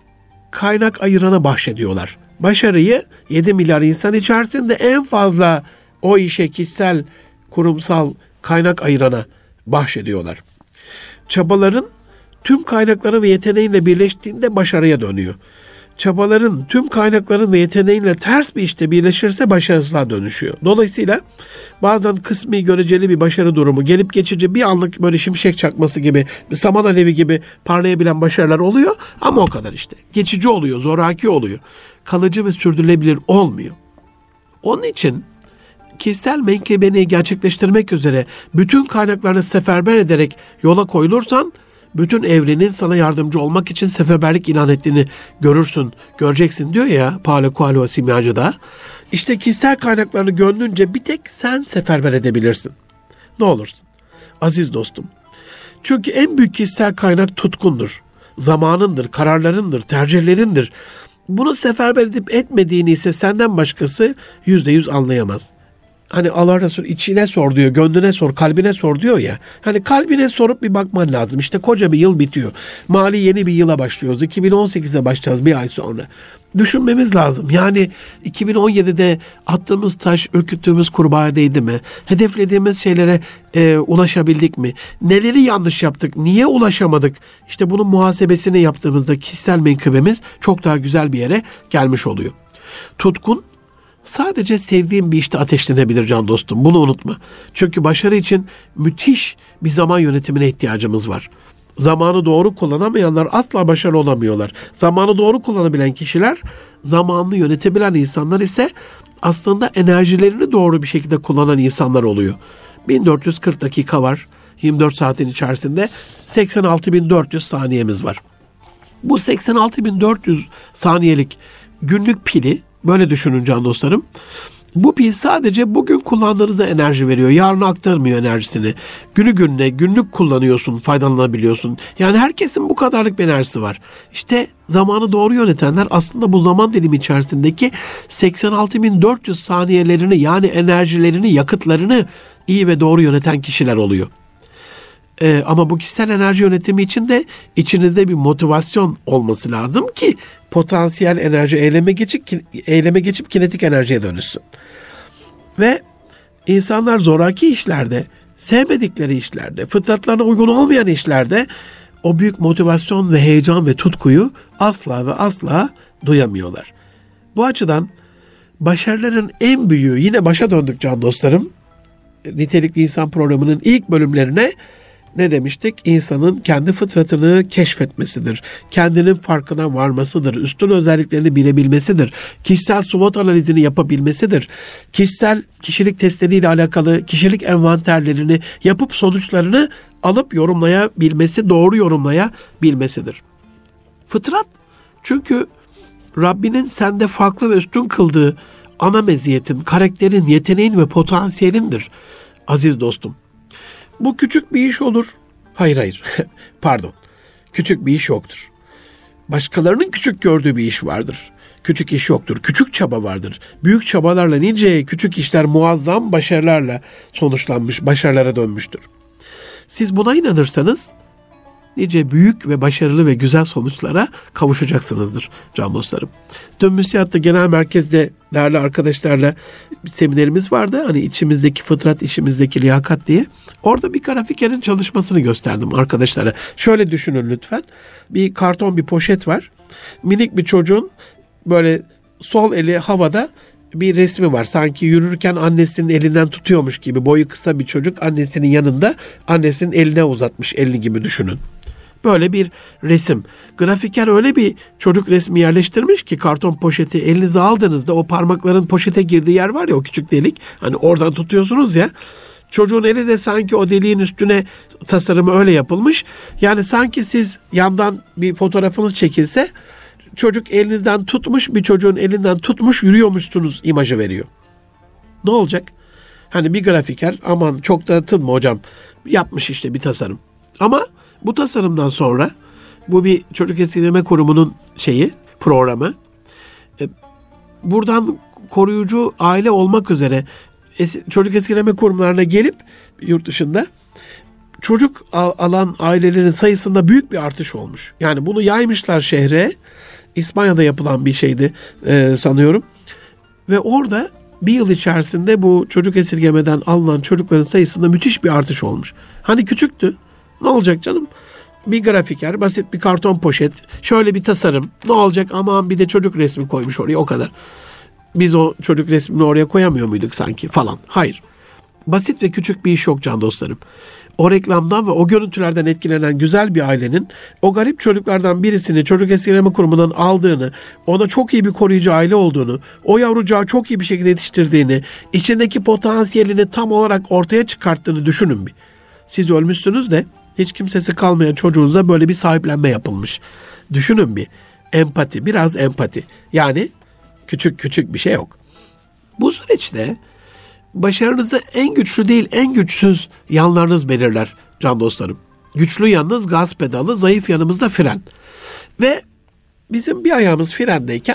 kaynak ayırana bahşediyorlar. Başarıyı yedi milyar insan içerisinde en fazla o işe kişisel, kurumsal kaynak ayırana bahşediyorlar. Çabaların tüm kaynakları ve yeteneğinle birleştiğinde başarıya dönüyor. Çabaların tüm kaynakların ve yeteneğinle ters bir işte birleşirse başarısızlığa dönüşüyor. Dolayısıyla bazen kısmi, göreceli bir başarı durumu, gelip geçici bir anlık böyle şimşek çakması gibi, bir saman alevi gibi parlayabilen başarılar oluyor ama o kadar işte. Geçici oluyor, zoraki oluyor. Kalıcı ve sürdürülebilir olmuyor. Onun için kişisel menkıbeni gerçekleştirmek üzere bütün kaynaklarını seferber ederek yola koyulursan, bütün evrenin sana yardımcı olmak için seferberlik ilan ettiğini görürsün, göreceksin diyor ya Paulo Coelho Simyacı'da. İşte kişisel kaynaklarını gönlünce bir tek sen seferber edebilirsin. Ne olursun aziz dostum. Çünkü en büyük kişisel kaynak tutkundur. Zamanındır, kararlarındır, tercihlerindir. Bunu seferber edip etmediğini ise senden başkası yüzde yüz anlayamaz. Hani Allah Resulü içine sor diyor, gönlüne sor, kalbine sor diyor ya. Hani kalbine sorup bir bakman lazım. İşte koca bir yıl bitiyor. Mali yeni bir yıla başlıyoruz. iki bin on sekize başlayacağız bir ay sonra. Düşünmemiz lazım. Yani iki bin on yedide attığımız taş, ürküttüğümüz kurbağaya değdi mi? Hedeflediğimiz şeylere e, ulaşabildik mi? Neleri yanlış yaptık? Niye ulaşamadık? İşte bunun muhasebesini yaptığımızda kişisel menkıbemiz çok daha güzel bir yere gelmiş oluyor. Tutkun sadece sevdiğin bir işte ateşlenebilir can dostum. Bunu unutma. Çünkü başarı için müthiş bir zaman yönetimine ihtiyacımız var. Zamanı doğru kullanamayanlar asla başarılı olamıyorlar. Zamanı doğru kullanabilen kişiler, zamanını yönetebilen insanlar ise aslında enerjilerini doğru bir şekilde kullanan insanlar oluyor. bin dört yüz kırk dakika var. yirmi dört saatin içerisinde seksen altı bin dört yüz saniyemiz var. Bu seksen altı bin dört yüz saniyelik günlük pili, böyle düşünün can dostlarım. Bu pil sadece bugün kullandığınızda enerji veriyor. Yarın aktarmıyor enerjisini. Günü gününe, günlük kullanıyorsun, faydalanabiliyorsun. Yani herkesin bu kadarlık bir enerjisi var. İşte zamanı doğru yönetenler aslında bu zaman dilimi içerisindeki seksen altı bin dört yüz saniyelerini, yani enerjilerini, yakıtlarını iyi ve doğru yöneten kişiler oluyor. Ee, ama bu kişisel enerji yönetimi için de içinizde bir motivasyon olması lazım ki potansiyel enerji eyleme geçip, eyleme geçip kinetik enerjiye dönüşsün. Ve insanlar zoraki işlerde, sevmedikleri işlerde, fıtratlarına uygun olmayan işlerde o büyük motivasyon ve heyecan ve tutkuyu asla ve asla duyamıyorlar. Bu açıdan başarıların en büyüğü, yine başa döndük can dostlarım, Nitelikli İnsan programının ilk bölümlerine ne demiştik? İnsanın kendi fıtratını keşfetmesidir. Kendinin farkına varmasıdır. Üstün özelliklerini bilebilmesidir. Kişisel SWOT analizini yapabilmesidir. Kişisel kişilik testleriyle alakalı kişilik envanterlerini yapıp sonuçlarını alıp yorumlayabilmesi, doğru yorumlayabilmesidir. Fıtrat, çünkü Rabbinin sende farklı ve üstün kıldığı ana meziyetin, karakterin, yeteneğin ve potansiyelindir aziz dostum. Bu küçük bir iş olur. Hayır hayır. Pardon. Küçük bir iş yoktur. Başkalarının küçük gördüğü bir iş vardır. Küçük iş yoktur. Küçük çaba vardır. Büyük çabalarla nice küçük işler muazzam başarılarla sonuçlanmış, başarılara dönmüştür. Siz buna inanırsanız nice büyük ve başarılı ve güzel sonuçlara kavuşacaksınızdır can dostlarım. Dün Müsiat'ta genel merkezde değerli arkadaşlarla bir seminerimiz vardı. Hani içimizdeki fıtrat, içimizdeki liyakat diye. Orada bir grafikerin çalışmasını gösterdim arkadaşlara. Şöyle düşünün lütfen. Bir karton bir poşet var. Minik bir çocuğun böyle sol eli havada bir resmi var. Sanki yürürken annesinin elinden tutuyormuş gibi, boyu kısa bir çocuk annesinin yanında annesinin eline uzatmış elini gibi düşünün. Böyle bir resim. Grafiker öyle bir çocuk resmi yerleştirmiş ki karton poşeti elinize aldığınızda o parmakların poşete girdiği yer var ya, o küçük delik. Hani oradan tutuyorsunuz ya. Çocuğun eli de sanki o deliğin üstüne tasarımı öyle yapılmış. Yani sanki siz yandan bir fotoğrafınız çekilse çocuk elinizden tutmuş, bir çocuğun elinden tutmuş yürüyormuşsunuz imajı veriyor. Ne olacak? Hani bir grafiker aman çok da atılma hocam yapmış işte bir tasarım. Ama bu tasarımdan sonra bu bir çocuk esirgeme kurumunun şeyi, programı. E, buradan koruyucu aile olmak üzere es- çocuk esirgeme kurumlarına gelip yurt dışında çocuk al- alan ailelerin sayısında büyük bir artış olmuş. Yani bunu yaymışlar şehre. İspanya'da yapılan bir şeydi e, sanıyorum. Ve orada bir yıl içerisinde bu çocuk esirgemeden alınan çocukların sayısında müthiş bir artış olmuş. Hani küçüktü. Ne olacak canım? Bir grafiker, basit bir karton poşet, şöyle bir tasarım. Ne olacak? Aman bir de çocuk resmi koymuş oraya, o kadar. Biz o çocuk resmini oraya koyamıyor muyduk sanki falan. Hayır. Basit ve küçük bir iş yok can dostlarım. O reklamdan ve o görüntülerden etkilenen güzel bir ailenin o garip çocuklardan birisini çocuk esirgeme kurumundan aldığını, ona çok iyi bir koruyucu aile olduğunu, o yavrucağı çok iyi bir şekilde yetiştirdiğini, içindeki potansiyelini tam olarak ortaya çıkarttığını düşünün bir. Siz ölmüşsünüz de hiç kimsesi kalmayan çocuğunuza böyle bir sahiplenme yapılmış. Düşünün bir. Empati, biraz empati. Yani küçük küçük bir şey yok. Bu süreçte başarınızı en güçlü değil, en güçsüz yanlarınız belirler can dostlarım. Güçlü yanınız gaz pedalı, zayıf yanımızda fren. Ve bizim bir ayağımız frendeyken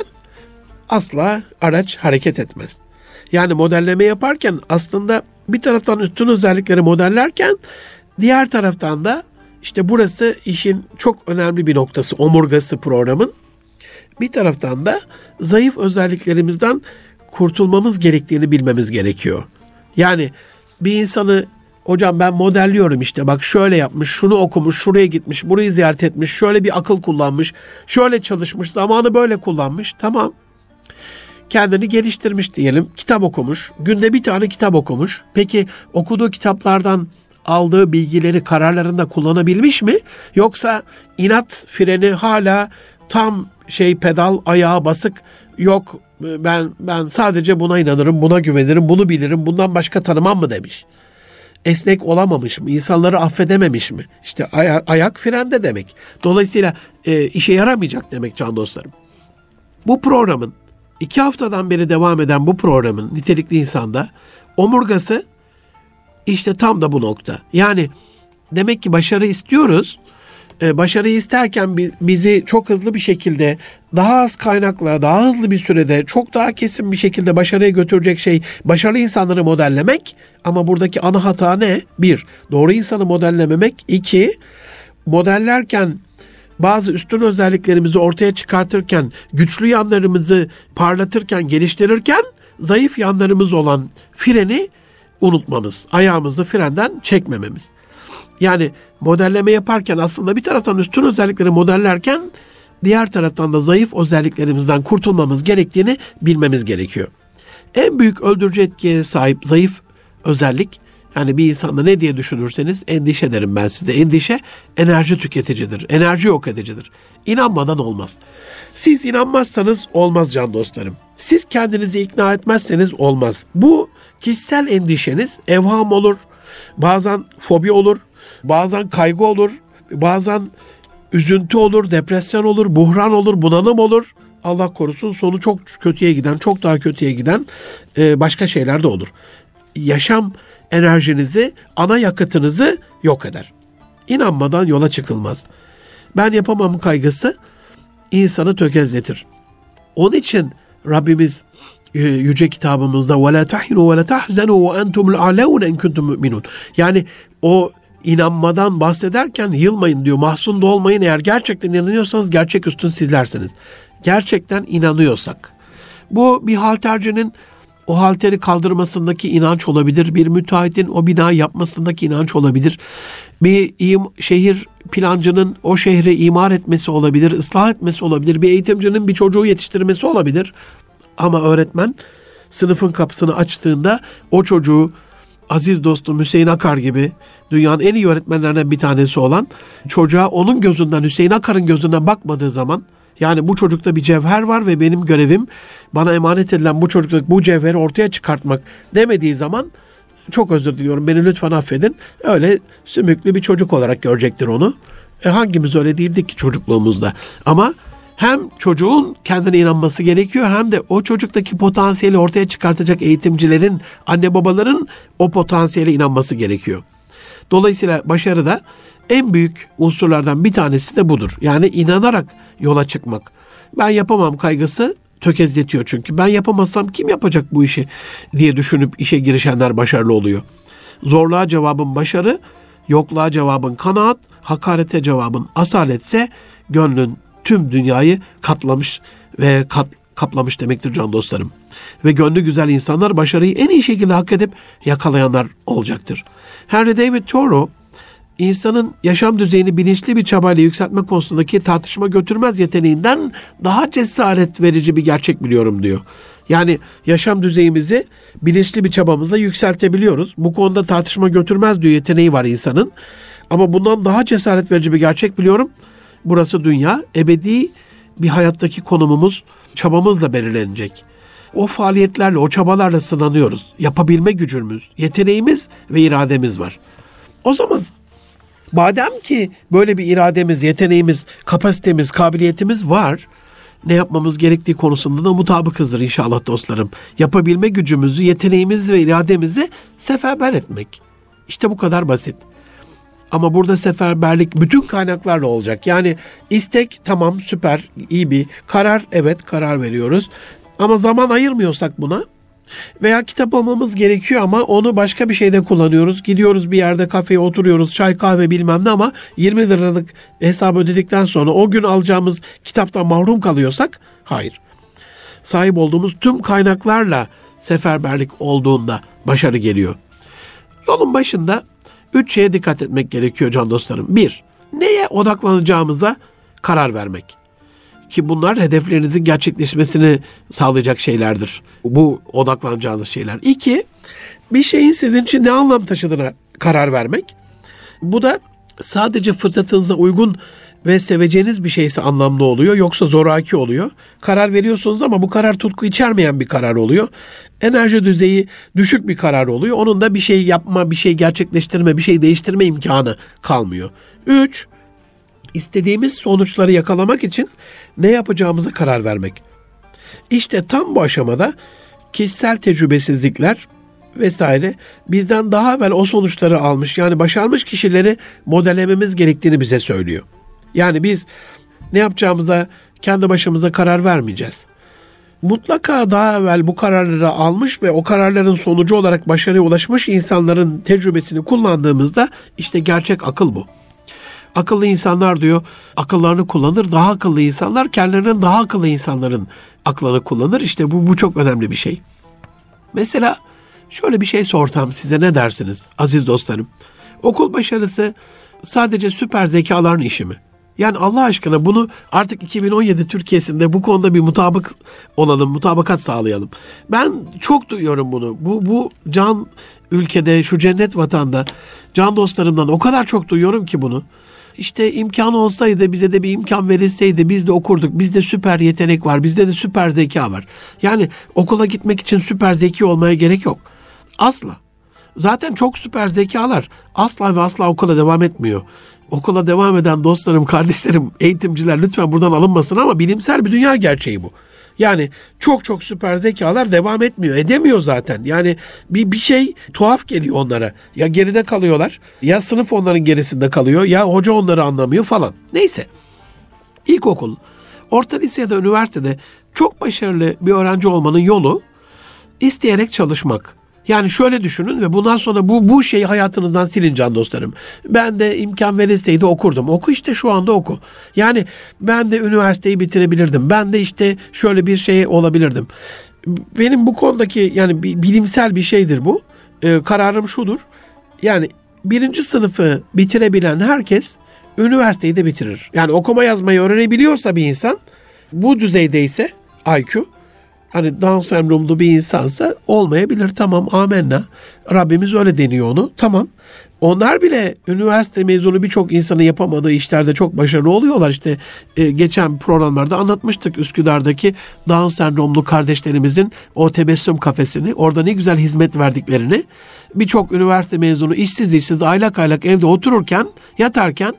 asla araç hareket etmez. Yani modelleme yaparken aslında bir taraftan üstün özellikleri modellerken diğer taraftan da işte burası işin çok önemli bir noktası, omurgası programın. Bir taraftan da zayıf özelliklerimizden kurtulmamız gerektiğini bilmemiz gerekiyor. Yani bir insanı hocam ben modelliyorum işte bak şöyle yapmış, şunu okumuş, şuraya gitmiş, burayı ziyaret etmiş, şöyle bir akıl kullanmış, şöyle çalışmış, zamanı böyle kullanmış. Tamam. Kendini geliştirmiş diyelim, kitap okumuş, günde bir tane kitap okumuş. Peki okuduğu kitaplardan aldığı bilgileri kararlarında kullanabilmiş mi? Yoksa inat freni hala tam şey pedal ayağa basık, yok ben ben sadece buna inanırım, buna güvenirim, bunu bilirim, bundan başka tanımam mı demiş. Esnek olamamış mı? İnsanları affedememiş mi? İşte aya, ayak frende demek. Dolayısıyla e, işe yaramayacak demek can dostlarım. Bu programın iki haftadan beri devam eden bu programın nitelikli insanda omurgası işte tam da bu nokta. Yani demek ki başarı istiyoruz. Ee, başarıyı isterken bizi çok hızlı bir şekilde, daha az kaynakla, daha hızlı bir sürede, çok daha kesin bir şekilde başarıya götürecek şey başarılı insanları modellemek. Ama buradaki ana hata ne? Bir, doğru insanı modellememek. İki, modellerken bazı üstün özelliklerimizi ortaya çıkartırken, güçlü yanlarımızı parlatırken, geliştirirken zayıf yanlarımız olan freni unutmamız, ayağımızı frenden çekmememiz. Yani modelleme yaparken aslında bir taraftan üstün özellikleri modellerken diğer taraftan da zayıf özelliklerimizden kurtulmamız gerektiğini bilmemiz gerekiyor. En büyük öldürücü etkiye sahip zayıf özellik, yani bir insanda ne diye düşünürseniz endişe derim ben size. Endişe enerji tüketicidir, enerji yok edicidir. İnanmadan olmaz. Siz inanmazsanız olmaz can dostlarım. Siz kendinizi ikna etmezseniz olmaz. Bu kişisel endişeniz evham olur, bazen fobi olur, bazen kaygı olur, bazen üzüntü olur, depresyon olur, buhran olur, bunalım olur. Allah korusun sonu çok kötüye giden, çok daha kötüye giden başka şeyler de olur. Yaşam enerjinizi, ana yakıtınızı yok eder. İnanmadan yola çıkılmaz. Ben yapamam kaygısı insanı tökezletir. Onun için Rabbimiz yüce kitabımızda وَلَا تَحِنُوا وَلَا تَحْزَنُوا وَاَنْتُمُ الْعَلَوْنَ اِنْ كُنْتُمْ مُؤْمِنُونَ. Yani o inanmadan bahsederken yılmayın diyor, mahzun da olmayın. Eğer gerçekten inanıyorsanız gerçek üstün sizlersiniz. Gerçekten inanıyorsak. Bu bir haltercinin o halteri kaldırmasındaki inanç olabilir. Bir müteahhitin o binayı yapmasındaki inanç olabilir. Bir im- şehir plancının o şehri imar etmesi olabilir, ıslah etmesi olabilir. Bir eğitimcinin bir çocuğu yetiştirmesi olabilir. Ama öğretmen sınıfın kapısını açtığında o çocuğu aziz dostum Hüseyin Akar gibi dünyanın en iyi öğretmenlerinden bir tanesi olan çocuğa onun gözünden, Hüseyin Akar'ın gözünden bakmadığı zaman, yani bu çocukta bir cevher var ve benim görevim bana emanet edilen bu çocukta bu cevheri ortaya çıkartmak demediği zaman çok özür diliyorum, beni lütfen affedin, öyle sümüklü bir çocuk olarak görecektir onu. E hangimiz öyle değildik ki çocukluğumuzda? Ama Hem çocuğun kendine inanması gerekiyor hem de o çocuktaki potansiyeli ortaya çıkartacak eğitimcilerin, anne babaların o potansiyele inanması gerekiyor. Dolayısıyla başarıda en büyük unsurlardan bir tanesi de budur. Yani inanarak yola çıkmak. Ben yapamam kaygısı tökezletiyor çünkü. Ben yapamazsam kim yapacak bu işi diye düşünüp işe girişenler başarılı oluyor. Zorluğa cevabın başarı, yokluğa cevabın kanaat, hakarete cevabın asaletse gönlün tüm dünyayı katlamış ve kat, kaplamış demektir can dostlarım. Ve gönlü güzel insanlar başarıyı en iyi şekilde hak edip yakalayanlar olacaktır. Henry David Thoreau, insanın yaşam düzeyini bilinçli bir çabayla yükseltme konusundaki tartışma götürmez yeteneğinden daha cesaret verici bir gerçek biliyorum diyor. Yani yaşam düzeyimizi bilinçli bir çabamızla yükseltebiliyoruz. Bu konuda tartışma götürmez diyor, yeteneği var insanın. Ama bundan daha cesaret verici bir gerçek biliyorum. Burası dünya, ebedi bir hayattaki konumumuz çabamızla belirlenecek. O faaliyetlerle, o çabalarla sınanıyoruz. Yapabilme gücümüz, yeteneğimiz ve irademiz var. O zaman madem ki böyle bir irademiz, yeteneğimiz, kapasitemiz, kabiliyetimiz var, ne yapmamız gerektiği konusunda da mutabıkızdır inşallah dostlarım. Yapabilme gücümüzü, yeteneğimizi ve irademizi seferber etmek. İşte bu kadar basit. Ama burada seferberlik bütün kaynaklarla olacak. Yani istek tamam, süper, iyi bir karar, evet karar veriyoruz. Ama zaman ayırmıyorsak buna veya kitap almamız gerekiyor ama onu başka bir şeyde kullanıyoruz. Gidiyoruz bir yerde kafeye oturuyoruz, çay kahve bilmem ne ama yirmi liralık hesabı ödedikten sonra o gün alacağımız kitaptan mahrum kalıyorsak hayır. Sahip olduğumuz tüm kaynaklarla seferberlik olduğunda başarı geliyor. Yolun başında üç şeye dikkat etmek gerekiyor can dostlarım. Bir, neye odaklanacağımıza karar vermek. Ki bunlar hedeflerinizin gerçekleşmesini sağlayacak şeylerdir. Bu odaklanacağınız şeyler. İki, bir şeyin sizin için ne anlam taşıdığına karar vermek. Bu da sadece fıtratınıza uygun ve seveceğiniz bir şeyse anlamlı oluyor. Yoksa zoraki oluyor. Karar veriyorsunuz ama bu karar tutku içermeyen bir karar oluyor. Enerji düzeyi düşük bir karar oluyor. Onun da bir şey yapma, bir şey gerçekleştirme, bir şey değiştirme imkanı kalmıyor. Üç, İstediğimiz sonuçları yakalamak için ne yapacağımıza karar vermek. İşte tam bu aşamada kişisel tecrübesizlikler vesaire bizden daha evvel o sonuçları almış, yani başarmış kişileri modellememiz gerektiğini bize söylüyor. Yani biz ne yapacağımıza kendi başımıza karar vermeyeceğiz. Mutlaka daha evvel bu kararları almış ve o kararların sonucu olarak başarıya ulaşmış insanların tecrübesini kullandığımızda işte gerçek akıl bu. Akıllı insanlar diyor, akıllarını kullanır. Daha akıllı insanlar kendilerinden daha akıllı insanların aklını kullanır. İşte bu, bu çok önemli bir şey. Mesela şöyle bir şey sorsam size, ne dersiniz aziz dostlarım? Okul başarısı sadece süper zekaların işi mi? Yani Allah aşkına bunu artık iki bin on yedi Türkiye'sinde bu konuda bir mutabık olalım, mutabakat sağlayalım. Ben çok duyuyorum bunu. Bu, bu can ülkede, şu cennet vatanda can dostlarımdan o kadar çok duyuyorum ki bunu. İşte imkan olsaydı, bize de bir imkan verilseydi biz de okurduk. Bizde süper yetenek var, bizde de süper zeka var. Yani okula gitmek için süper zeki olmaya gerek yok. Asla. Zaten çok süper zekalar asla ve asla okula devam etmiyor. Okula devam eden dostlarım, kardeşlerim, eğitimciler lütfen buradan alınmasın ama bilimsel bir dünya gerçeği bu. Yani çok çok süper zekalar devam etmiyor, edemiyor zaten. Yani bir, bir şey tuhaf geliyor onlara. Ya geride kalıyorlar, ya sınıf onların gerisinde kalıyor, ya hoca onları anlamıyor falan. Neyse, ilkokul, orta lise ya da üniversitede çok başarılı bir öğrenci olmanın yolu isteyerek çalışmak. Yani şöyle düşünün ve bundan sonra bu bu şeyi hayatınızdan silin can dostlarım. Ben de imkan verilseydi okurdum. Oku işte, şu anda oku. Yani ben de üniversiteyi bitirebilirdim. Ben de işte şöyle bir şey olabilirdim. Benim bu konudaki yani bilimsel bir şeydir bu. Ee, kararım şudur. Yani birinci sınıfı bitirebilen herkes üniversiteyi de bitirir. Yani okuma yazmayı öğrenebiliyorsa bir insan, bu düzeydeyse I Q, hani Down sendromlu bir insansa olmayabilir. Tamam, amenna. Rabbimiz öyle deniyor onu. Tamam. Onlar bile üniversite mezunu birçok insanın yapamadığı işlerde çok başarılı oluyorlar. İşte e, geçen programlarda anlatmıştık Üsküdar'daki Down sendromlu kardeşlerimizin o tebessüm kafesini. Orada ne güzel hizmet verdiklerini. Birçok üniversite mezunu işsiz işsiz aylak aylak evde otururken, yatarken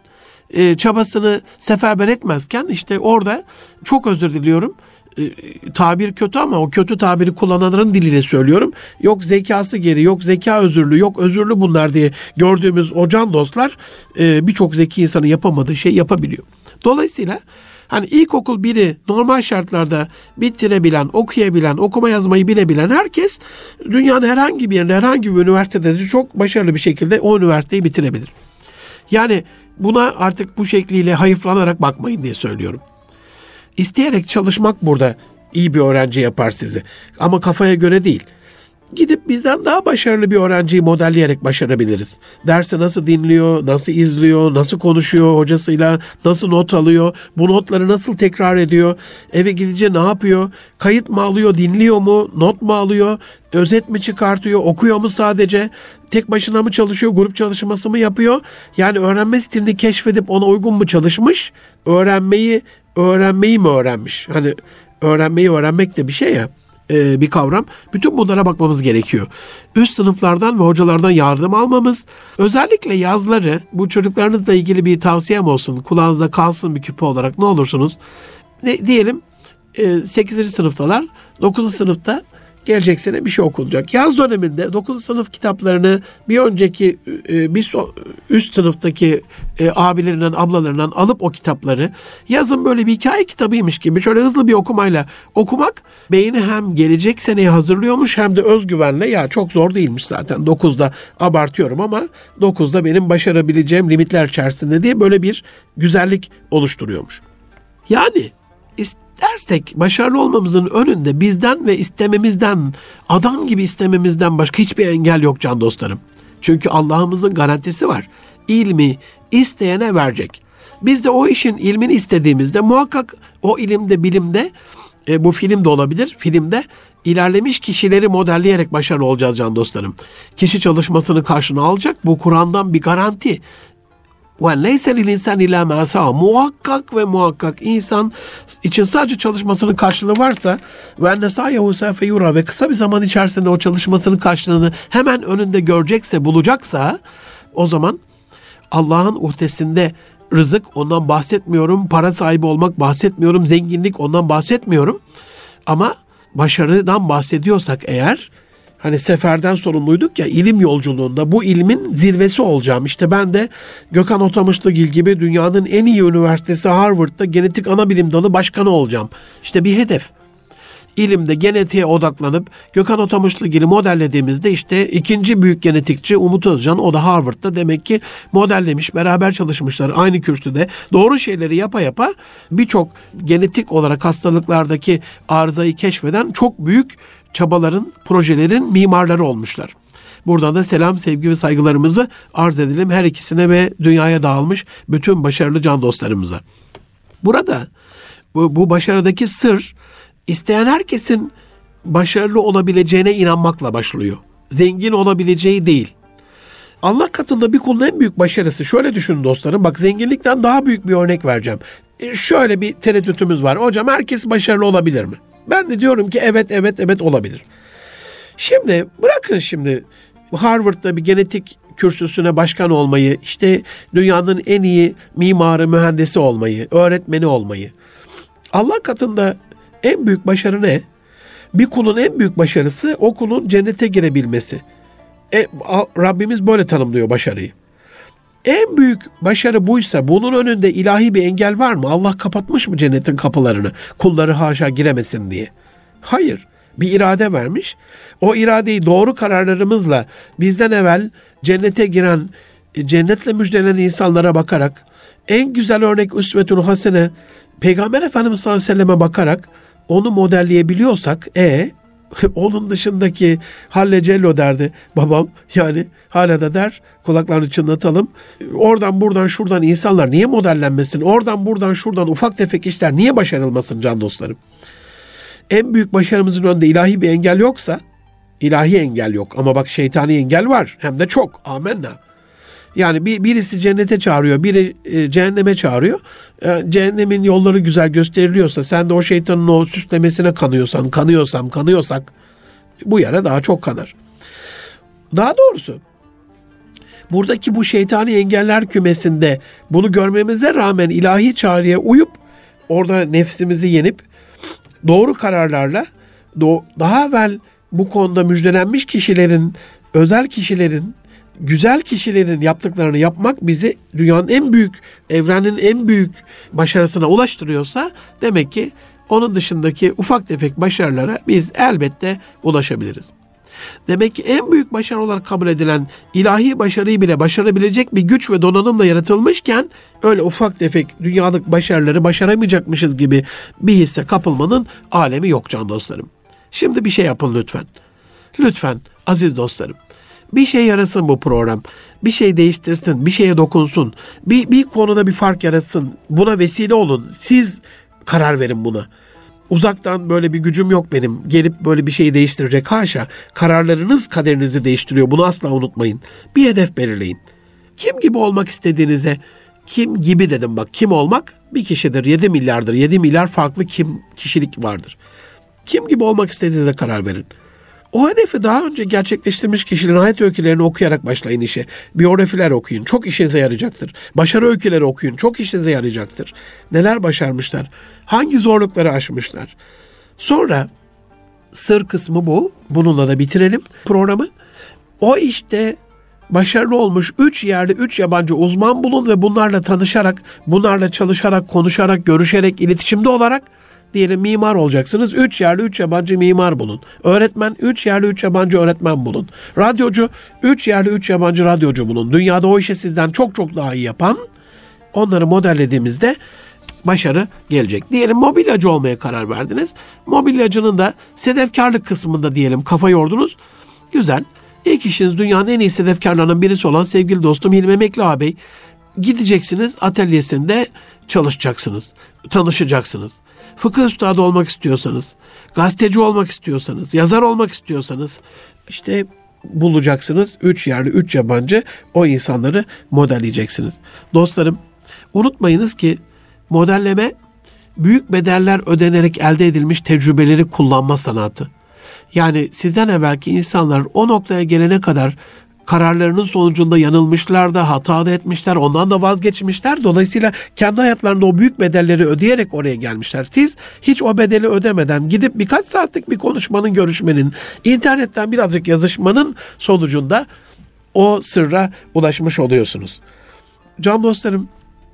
e, çabasını seferber etmezken işte orada çok özür diliyorum. E, tabir kötü ama o kötü tabiri kullananların diliyle söylüyorum. Yok zekası geri, yok zeka özürlü, yok özürlü bunlar diye gördüğümüz o can dostlar e, birçok zeki insanın yapamadığı şey yapabiliyor. Dolayısıyla hani ilkokul biri normal şartlarda bitirebilen, okuyabilen, okuma yazmayı bilebilen herkes dünyanın herhangi bir yerinde, herhangi bir üniversitede de çok başarılı bir şekilde o üniversiteyi bitirebilir. Yani buna artık bu şekliyle hayıflanarak bakmayın diye söylüyorum. İsteyerek çalışmak burada iyi bir öğrenci yapar sizi. Ama kafaya göre değil. Gidip bizden daha başarılı bir öğrenciyi modelleyerek başarabiliriz. Dersi nasıl dinliyor, nasıl izliyor, nasıl konuşuyor hocasıyla, nasıl not alıyor, bu notları nasıl tekrar ediyor, eve gidince ne yapıyor, kayıt mı alıyor, dinliyor mu, not mu alıyor, özet mi çıkartıyor, okuyor mu sadece, tek başına mı çalışıyor, grup çalışması mı yapıyor? Yani öğrenme stilini keşfedip ona uygun mu çalışmış, öğrenmeyi, öğrenmeyi mi öğrenmiş? Hani öğrenmeyi öğrenmek de bir şey ya. Bir kavram. Bütün bunlara bakmamız gerekiyor. Üst sınıflardan ve hocalardan yardım almamız, özellikle yazları, bu çocuklarınızla ilgili bir tavsiyem olsun, kulağınızda kalsın bir küpe olarak, ne olursunuz. Ne, diyelim sekizinci sınıftalar, dokuzuncu sınıfta gelecek sene bir şey okunacak. Yaz döneminde dokuzuncu sınıf kitaplarını bir önceki bir üst sınıftaki abilerinden, ablalarından alıp o kitapları yazın böyle bir hikaye kitabıymış gibi şöyle hızlı bir okumayla okumak beyni hem gelecek seneye hazırlıyormuş hem de özgüvenle, ya çok zor değilmiş zaten dokuzda, abartıyorum ama dokuzda benim başarabileceğim limitler içerisinde diye böyle bir güzellik oluşturuyormuş. Yani dersek başarılı olmamızın önünde bizden ve istememizden, adam gibi istememizden başka hiçbir engel yok can dostlarım. Çünkü Allah'ımızın garantisi var. İlmi isteyene verecek. Biz de o işin ilmini istediğimizde muhakkak o ilimde, bilimde, e, bu film de olabilir, filmde ilerlemiş kişileri modelleyerek başarılı olacağız can dostlarım. Kişi çalışmasını karşına alacak. Bu Kur'an'dan bir garanti. وَلَيْسَ لِلْاِنْسَانِ اِلَّا مَا سَعَى. Muhakkak ve muhakkak insan için sadece çalışmasının karşılığı varsa وَاَنَّ سَعْيَهُ سَوْفَ يُرَى ve kısa bir zaman içerisinde o çalışmasının karşılığını hemen önünde görecekse, bulacaksa, o zaman Allah'ın uhdesinde rızık, ondan bahsetmiyorum, para sahibi olmak bahsetmiyorum, zenginlik, ondan bahsetmiyorum. Ama başarıdan bahsediyorsak eğer, hani seferden sorumluyduk ya, ilim yolculuğunda bu ilmin zirvesi olacağım. İşte ben de Gökhan Otamışlıgil gibi dünyanın en iyi üniversitesi Harvard'da genetik anabilim dalı başkanı olacağım. İşte bir hedef. İlimde genetiğe odaklanıp Gökhan Otamışlıgil'i modellediğimizde işte ikinci büyük genetikçi Umut Özcan, o da Harvard'da demek ki modellemiş, beraber çalışmışlar aynı kürsüde. Doğru şeyleri yapa yapa birçok genetik olarak hastalıklardaki arızayı keşfeden çok büyük çabaların, projelerin mimarları olmuşlar. Buradan da selam, sevgi ve saygılarımızı arz edelim her ikisine ve dünyaya dağılmış bütün başarılı can dostlarımıza. Burada bu, bu başarıdaki sır, İsteyen herkesin başarılı olabileceğine inanmakla başlıyor. Zengin olabileceği değil. Allah katında bir kulun en büyük başarısı, şöyle düşünün dostlarım, bak zenginlikten daha büyük bir örnek vereceğim. E şöyle bir tereddütümüz var. Hocam herkes başarılı olabilir mi? Ben de diyorum ki evet, evet, evet olabilir. Şimdi bırakın şimdi Harvard'da bir genetik kürsüsüne başkan olmayı, işte dünyanın en iyi mimarı, mühendisi olmayı, öğretmeni olmayı. Allah katında en büyük başarı ne? Bir kulun en büyük başarısı o kulun cennete girebilmesi. E, Rabbimiz böyle tanımlıyor başarıyı. En büyük başarı buysa bunun önünde ilahi bir engel var mı? Allah kapatmış mı cennetin kapılarını? Kulları haşa giremesin diye. Hayır. Bir irade vermiş. O iradeyi doğru kararlarımızla bizden evvel cennete giren, cennetle müjdelenen insanlara bakarak, en güzel örnek üsvetül hasene, Peygamber Efendimiz sallallahu aleyhi ve selleme bakarak onu modelleyebiliyorsak, e onun dışındaki Halle Cello derdi babam, yani hala da der, kulaklarını çınlatalım. Oradan buradan şuradan insanlar niye modellenmesin? Oradan buradan şuradan ufak tefek işler niye başarılmasın can dostlarım? En büyük başarımızın önünde ilahi bir engel yoksa, ilahi engel yok ama bak şeytani engel var, hem de çok. Amenna. Yani bir, birisi cennete çağırıyor, biri e, cehenneme çağırıyor. E, cehennemin yolları güzel gösteriliyorsa, sen de o şeytanın o süslemesine kanıyorsan, kanıyorsam, kanıyorsak bu yara daha çok kanar. Daha doğrusu buradaki bu şeytani engeller kümesinde bunu görmemize rağmen ilahi çağrıya uyup orada nefsimizi yenip doğru kararlarla do- daha evvel bu konuda müjdelenmiş kişilerin, özel kişilerin, güzel kişilerin yaptıklarını yapmak bizi dünyanın en büyük, evrenin en büyük başarısına ulaştırıyorsa demek ki onun dışındaki ufak tefek başarılara biz elbette ulaşabiliriz. Demek ki en büyük başarı olarak kabul edilen ilahi başarıyı bile başarabilecek bir güç ve donanımla yaratılmışken öyle ufak tefek dünyalık başarıları başaramayacakmışız gibi bir hisse kapılmanın alemi yok can dostlarım. Şimdi bir şey yapın lütfen. Lütfen aziz dostlarım. Bir şey yarasın bu program. Bir şey değiştirsin, bir şeye dokunsun. Bir, bir konuda bir fark yaratsın. Buna vesile olun. Siz karar verin buna. Uzaktan böyle bir gücüm yok benim. Gelip böyle bir şeyi değiştirecek. Haşa. Kararlarınız kaderinizi değiştiriyor. Bunu asla unutmayın. Bir hedef belirleyin. Kim gibi olmak istediğinize, kim gibi dedim bak. Kim olmak bir kişidir. Yedi milyardır. Yedi milyar farklı kim kişilik vardır. Kim gibi olmak istediğinize karar verin. O hedefi daha önce gerçekleştirmiş kişilerin hayat öykülerini okuyarak başlayın işe. Biyografiler okuyun. Çok işinize yarayacaktır. Başarı öyküleri okuyun. Çok işinize yarayacaktır. Neler başarmışlar? Hangi zorlukları aşmışlar? Sonra sır kısmı bu. Bununla da bitirelim programı. O işte başarılı olmuş üç yerli, üç yabancı uzman bulun ve bunlarla tanışarak, bunlarla çalışarak, konuşarak, görüşerek, iletişimde olarak diyelim mimar olacaksınız. Üç yerli, üç yabancı mimar bulun. Öğretmen, üç yerli, üç yabancı öğretmen bulun. Radyocu, üç yerli, üç yabancı radyocu bulun. Dünyada o işi sizden çok çok daha iyi yapan, onları modellediğimizde başarı gelecek. Diyelim mobilyacı olmaya karar verdiniz. Mobilyacının da sedefkarlık kısmında diyelim kafa yordunuz. Güzel. İlk işiniz dünyanın en iyi sedefkarlarından birisi olan sevgili dostum Hilmi Emekli ağabey. Gideceksiniz, atölyesinde çalışacaksınız, tanışacaksınız. Fıkıh üstadı olmak istiyorsanız, gazeteci olmak istiyorsanız, yazar olmak istiyorsanız işte bulacaksınız. Üç yerli, üç yabancı o insanları modelleyeceksiniz. Dostlarım unutmayınız ki modelleme büyük bedeller ödenerek elde edilmiş tecrübeleri kullanma sanatı. Yani sizden evvelki insanlar o noktaya gelene kadar kararlarının sonucunda yanılmışlar da, hata da etmişler, ondan da vazgeçmişler. Dolayısıyla kendi hayatlarında o büyük bedelleri ödeyerek oraya gelmişler. Siz hiç o bedeli ödemeden gidip birkaç saatlik bir konuşmanın, görüşmenin, internetten birazcık yazışmanın sonucunda o sırra ulaşmış oluyorsunuz. Can dostlarım,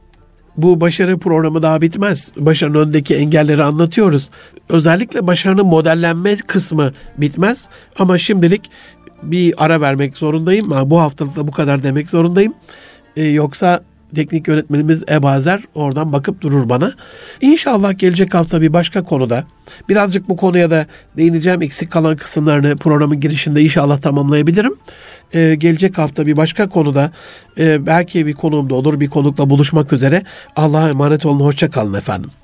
bu başarı programı daha bitmez. Başarının önündeki engelleri anlatıyoruz. Özellikle başarının modellenme kısmı bitmez. Ama şimdilik bir ara vermek zorundayım. Ha, bu haftalık da bu kadar demek zorundayım. Ee, yoksa teknik yönetmenimiz Ebazer oradan bakıp durur bana. İnşallah gelecek hafta bir başka konuda birazcık bu konuya da değineceğim. Eksik kalan kısımlarını programın girişinde inşallah tamamlayabilirim. Ee, gelecek hafta bir başka konuda e, belki bir konuğum da olur, bir konukla buluşmak üzere. Allah'a emanet olun. Hoşça kalın efendim.